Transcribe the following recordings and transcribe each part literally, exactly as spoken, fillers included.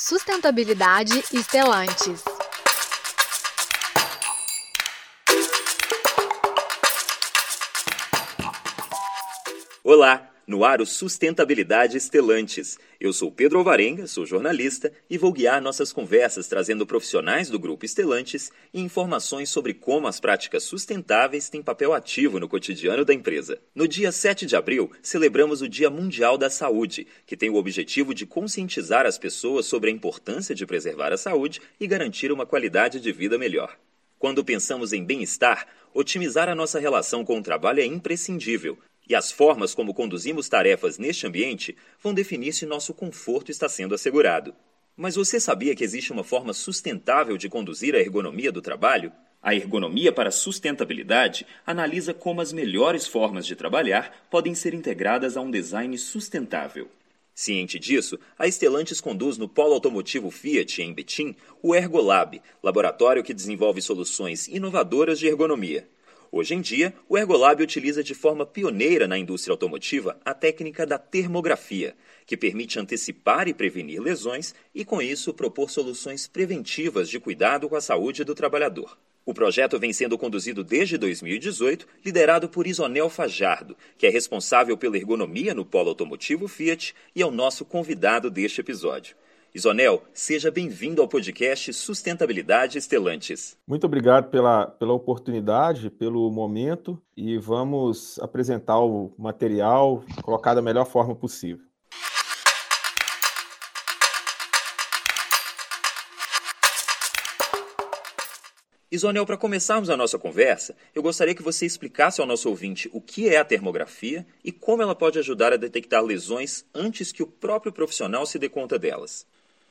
Sustentabilidade Stellantis. Olá, no ar o Sustentabilidade Stellantis. Eu sou Pedro Alvarenga, sou jornalista e vou guiar nossas conversas trazendo profissionais do Grupo Stellantis e informações sobre como as práticas sustentáveis têm papel ativo no cotidiano da empresa. No dia sete de abril, celebramos o Dia Mundial da Saúde, que tem o objetivo de conscientizar as pessoas sobre a importância de preservar a saúde e garantir uma qualidade de vida melhor. Quando pensamos em bem-estar, otimizar a nossa relação com o trabalho é imprescindível. E as formas como conduzimos tarefas neste ambiente vão definir se nosso conforto está sendo assegurado. Mas você sabia que existe uma forma sustentável de conduzir a ergonomia do trabalho? A ergonomia para sustentabilidade analisa como as melhores formas de trabalhar podem ser integradas a um design sustentável. Ciente disso, a Stellantis conduz no Polo Automotivo Fiat, em Betim, o Ergolab, laboratório que desenvolve soluções inovadoras de ergonomia. Hoje em dia, o Ergolab utiliza de forma pioneira na indústria automotiva a técnica da termografia, que permite antecipar e prevenir lesões e, com isso, propor soluções preventivas de cuidado com a saúde do trabalhador. O projeto vem sendo conduzido desde dois mil e dezoito, liderado por Isonel Fajardo, que é responsável pela ergonomia no Polo Automotivo Fiat e é o nosso convidado deste episódio. Isonel, seja bem-vindo ao podcast Sustentabilidade Stellantis. Muito obrigado pela, pela oportunidade, pelo momento, e vamos apresentar o material, colocar da melhor forma possível. Isonel, para começarmos a nossa conversa, eu gostaria que você explicasse ao nosso ouvinte o que é a termografia e como ela pode ajudar a detectar lesões antes que o próprio profissional se dê conta delas.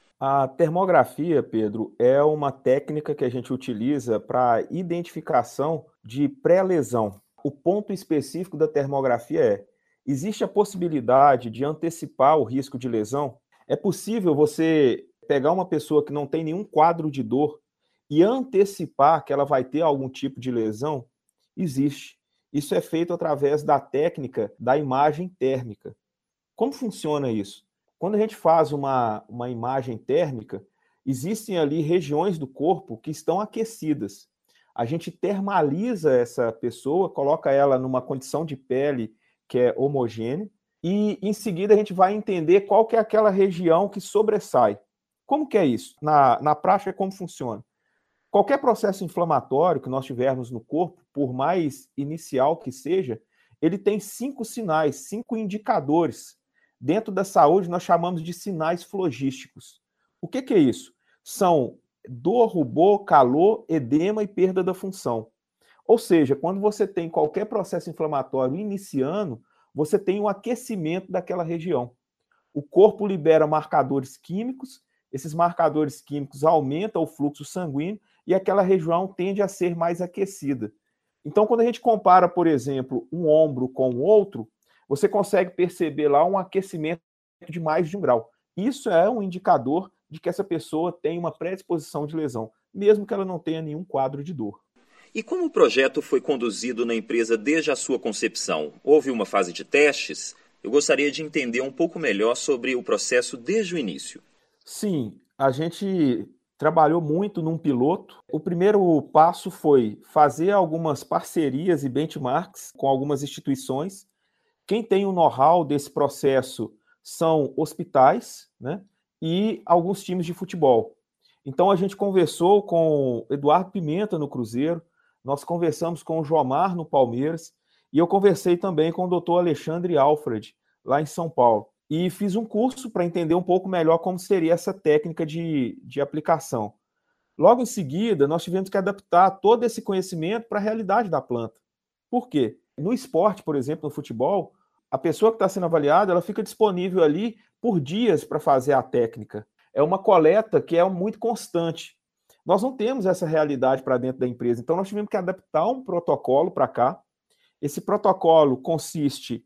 A termografia, Pedro, é uma técnica que a gente utiliza para identificação de pré-lesão. O ponto específico da termografia é: existe a possibilidade de antecipar o risco de lesão? É possível você pegar uma pessoa que não tem nenhum quadro de dor e antecipar que ela vai ter algum tipo de lesão? Existe. Isso é feito através da técnica da imagem térmica. Como funciona isso? Quando a gente faz uma, uma imagem térmica, existem ali regiões do corpo que estão aquecidas. A gente termaliza essa pessoa, coloca ela numa condição de pele que é homogênea, e em seguida a gente vai entender qual que é aquela região que sobressai. Como que é isso? Na, na prática, como funciona? Qualquer processo inflamatório que nós tivermos no corpo, por mais inicial que seja, ele tem cinco sinais, cinco indicadores. Dentro da saúde, nós chamamos de sinais flogísticos. O que, que é isso? São dor, rubor, calor, edema e perda da função. Ou seja, quando você tem qualquer processo inflamatório iniciando, você tem um aquecimento daquela região. O corpo libera marcadores químicos, esses marcadores químicos aumentam o fluxo sanguíneo e aquela região tende a ser mais aquecida. Então, quando a gente compara, por exemplo, um ombro com o outro, você consegue perceber lá um aquecimento de mais de um grau. Isso é um indicador de que essa pessoa tem uma predisposição de lesão, mesmo que ela não tenha nenhum quadro de dor. E como o projeto foi conduzido na empresa desde a sua concepção? Houve uma fase de testes? Eu gostaria de entender um pouco melhor sobre o processo desde o início. Sim, a gente trabalhou muito num piloto. O primeiro passo foi fazer algumas parcerias e benchmarks com algumas instituições. Quem tem o know-how desse processo são hospitais, né, e alguns times de futebol. Então, a gente conversou com o Eduardo Pimenta no Cruzeiro, nós conversamos com o Jomar no Palmeiras, e eu conversei também com o doutor Alexandre Alfred, lá em São Paulo. E fiz um curso para entender um pouco melhor como seria essa técnica de, de aplicação. Logo em seguida, nós tivemos que adaptar todo esse conhecimento para a realidade da planta. Por quê? No esporte, por exemplo, no futebol, a pessoa que está sendo avaliada, ela fica disponível ali por dias para fazer a técnica. É uma coleta que é muito constante. Nós não temos essa realidade para dentro da empresa, então nós tivemos que adaptar um protocolo para cá. Esse protocolo consiste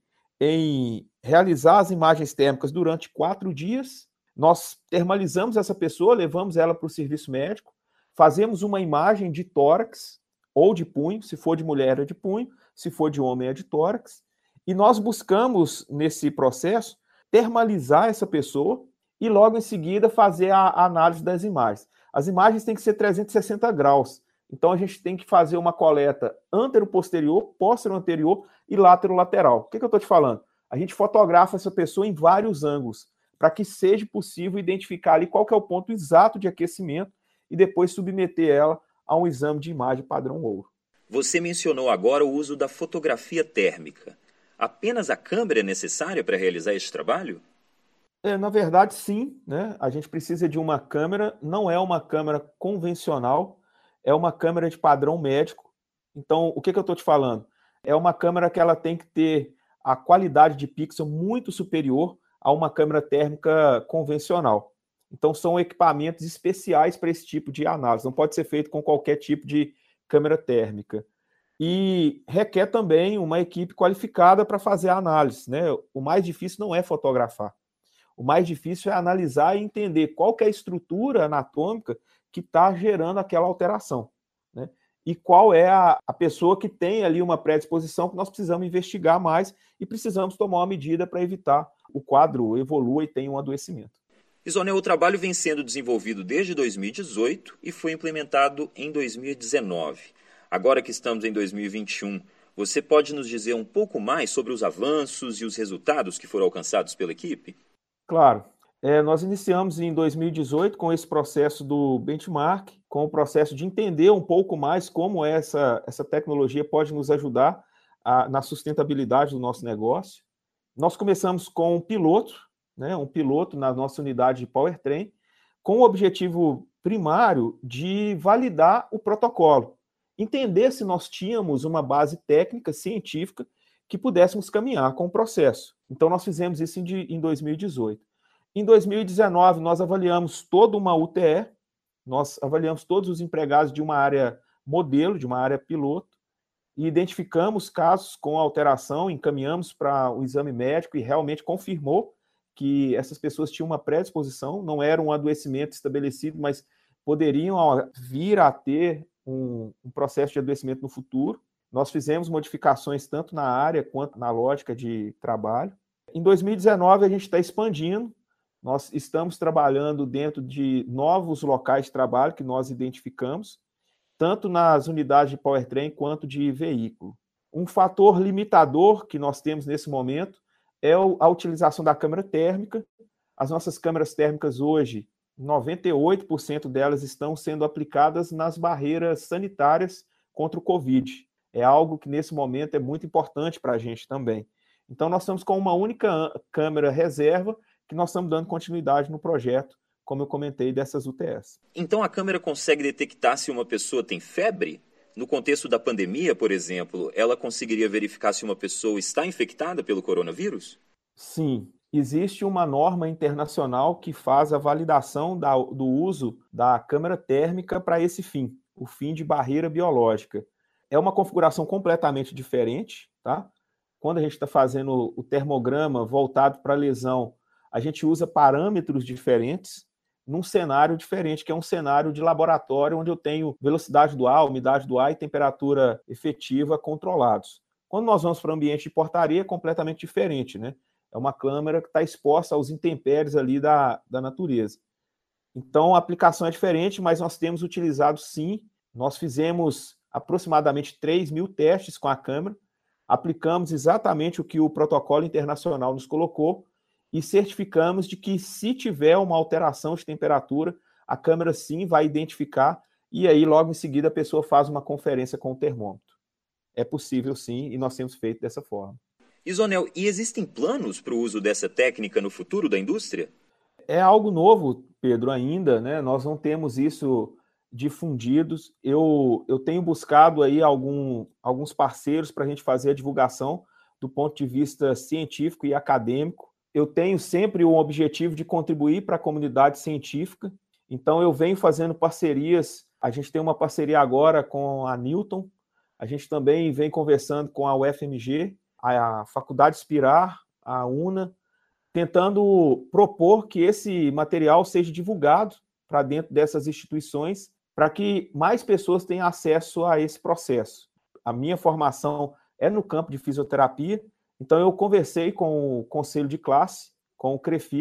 em realizar as imagens térmicas durante quatro dias. Nós termalizamos essa pessoa, levamos ela para o serviço médico, fazemos uma imagem de tórax ou de punho, se for de mulher é de punho, se for de homem é de tórax, e nós buscamos, nesse processo, termalizar essa pessoa e logo em seguida fazer a, a análise das imagens. As imagens têm que ser trezentos e sessenta graus, então a gente tem que fazer uma coleta antero-posterior, póstero-anterior e látero-lateral. O que, que eu estou te falando? A gente fotografa essa pessoa em vários ângulos, para que seja possível identificar ali qual que é o ponto exato de aquecimento e depois submeter ela a um exame de imagem padrão ouro. Você mencionou agora o uso da fotografia térmica. Apenas a câmera é necessária para realizar este trabalho? É, na verdade, sim, né? A gente precisa de uma câmera, não é uma câmera convencional, é uma câmera de padrão médico. Então, o que, que eu estou te falando? É uma câmera que ela tem que ter a qualidade de pixel muito superior a uma câmera térmica convencional. Então, são equipamentos especiais para esse tipo de análise, não pode ser feito com qualquer tipo de câmera térmica. E requer também uma equipe qualificada para fazer a análise, né? O mais difícil não é fotografar. O mais difícil é analisar e entender qual que é a estrutura anatômica que está gerando aquela alteração, né? E qual é a, a pessoa que tem ali uma predisposição que nós precisamos investigar mais e precisamos tomar uma medida para evitar o quadro evolua e tenha um adoecimento. Isonel, o trabalho vem sendo desenvolvido desde dois mil e dezoito e foi implementado em dois mil e dezenove. Agora que estamos em dois mil e vinte e um, você pode nos dizer um pouco mais sobre os avanços e os resultados que foram alcançados pela equipe? Claro. É, nós iniciamos em dois mil e dezoito com esse processo do benchmark, com o processo de entender um pouco mais como essa, essa tecnologia pode nos ajudar a, na sustentabilidade do nosso negócio. Nós começamos com um piloto, né, um piloto na nossa unidade de powertrain, com o objetivo primário de validar o protocolo, entender se nós tínhamos uma base técnica, científica, que pudéssemos caminhar com o processo. Então, nós fizemos isso em dois mil e dezoito. Em dois mil e dezenove, nós avaliamos toda uma U T E, nós avaliamos todos os empregados de uma área modelo, de uma área piloto, e identificamos casos com alteração, encaminhamos para o exame médico e realmente confirmou que essas pessoas tinham uma predisposição, não era um adoecimento estabelecido, mas poderiam vir a ter um, um processo de adoecimento no futuro. Nós fizemos modificações tanto na área quanto na lógica de trabalho. Em dois mil e dezenove, a gente está expandindo. Nós estamos trabalhando dentro de novos locais de trabalho que nós identificamos, tanto nas unidades de powertrain quanto de veículo. Um fator limitador que nós temos nesse momento é a utilização da câmera térmica. As nossas câmeras térmicas hoje, noventa e oito por cento delas estão sendo aplicadas nas barreiras sanitárias contra o Covid. É algo que, nesse momento, é muito importante para a gente também. Então, nós estamos com uma única câmera reserva que nós estamos dando continuidade no projeto, como eu comentei, dessas U T Es. Então, a câmera consegue detectar se uma pessoa tem febre? No contexto da pandemia, por exemplo, ela conseguiria verificar se uma pessoa está infectada pelo coronavírus? Sim. Existe uma norma internacional que faz a validação da, do uso da câmera térmica para esse fim, o fim de barreira biológica. É uma configuração completamente diferente, tá? Quando a gente está fazendo o termograma voltado para a lesão, a gente usa parâmetros diferentes num cenário diferente, que é um cenário de laboratório, onde eu tenho velocidade do ar, umidade do ar e temperatura efetiva controlados. Quando nós vamos para o ambiente de portaria, é completamente diferente, né? É uma câmera que está exposta aos intempéries ali da, da natureza. Então, a aplicação é diferente, mas nós temos utilizado sim. Nós fizemos aproximadamente três mil testes com a câmera, aplicamos exatamente o que o protocolo internacional nos colocou e certificamos de que, se tiver uma alteração de temperatura, a câmera sim vai identificar e aí, logo em seguida, a pessoa faz uma conferência com o termômetro. É possível sim, e nós temos feito dessa forma. Isonel, e existem planos para o uso dessa técnica no futuro da indústria? É algo novo, Pedro, ainda, né? Nós não temos isso difundidos. Eu, eu tenho buscado aí algum, alguns parceiros para a gente fazer a divulgação do ponto de vista científico e acadêmico. Eu tenho sempre o objetivo de contribuir para a comunidade científica, então eu venho fazendo parcerias. A gente tem uma parceria agora com a Newton, a gente também vem conversando com a U F M G, a Faculdade Inspirar, a UNA, tentando propor que esse material seja divulgado para dentro dessas instituições, para que mais pessoas tenham acesso a esse processo. A minha formação é no campo de fisioterapia, então eu conversei com o conselho de classe, com o CREFITO,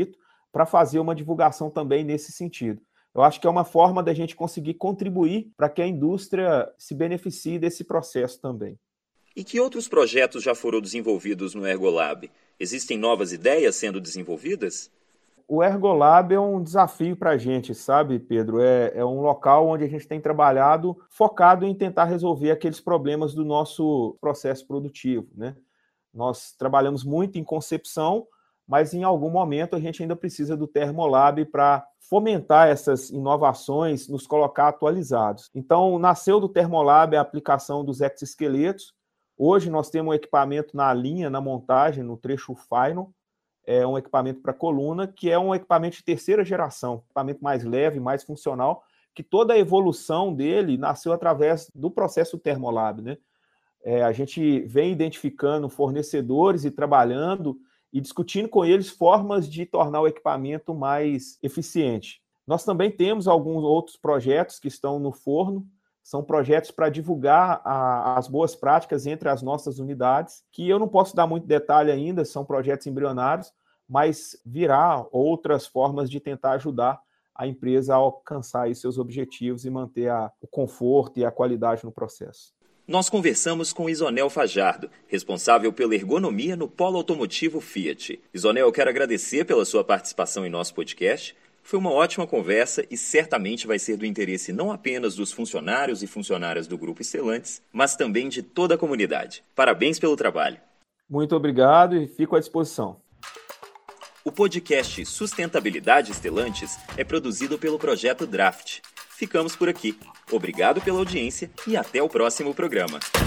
para fazer uma divulgação também nesse sentido. Eu acho que é uma forma da gente conseguir contribuir para que a indústria se beneficie desse processo também. E que outros projetos já foram desenvolvidos no Ergolab? Existem novas ideias sendo desenvolvidas? O Ergolab é um desafio para a gente, sabe, Pedro? É, é um local onde a gente tem trabalhado focado em tentar resolver aqueles problemas do nosso processo produtivo, né? Nós trabalhamos muito em concepção, mas em algum momento a gente ainda precisa do Termolab para fomentar essas inovações, nos colocar atualizados. Então, nasceu do Termolab a aplicação dos exoesqueletos. Hoje nós temos um equipamento na linha, na montagem, no trecho final, é um equipamento para coluna, que é um equipamento de terceira geração, equipamento mais leve, mais funcional, que toda a evolução dele nasceu através do processo Termolab, né? É, a gente vem identificando fornecedores e trabalhando e discutindo com eles formas de tornar o equipamento mais eficiente. Nós também temos alguns outros projetos que estão no forno, são projetos para divulgar a, as boas práticas entre as nossas unidades, que eu não posso dar muito detalhe ainda, são projetos embrionários, mas virá outras formas de tentar ajudar a empresa a alcançar aí seus objetivos e manter a, o conforto e a qualidade no processo. Nós conversamos com Isonel Fajardo, responsável pela ergonomia no polo automotivo Fiat. Isonel, eu quero agradecer pela sua participação em nosso podcast. Foi uma ótima conversa e certamente vai ser do interesse não apenas dos funcionários e funcionárias do Grupo Stellantis, mas também de toda a comunidade. Parabéns pelo trabalho. Muito obrigado e fico à disposição. O podcast Sustentabilidade Stellantis é produzido pelo Projeto Draft. Ficamos por aqui. Obrigado pela audiência e até o próximo programa.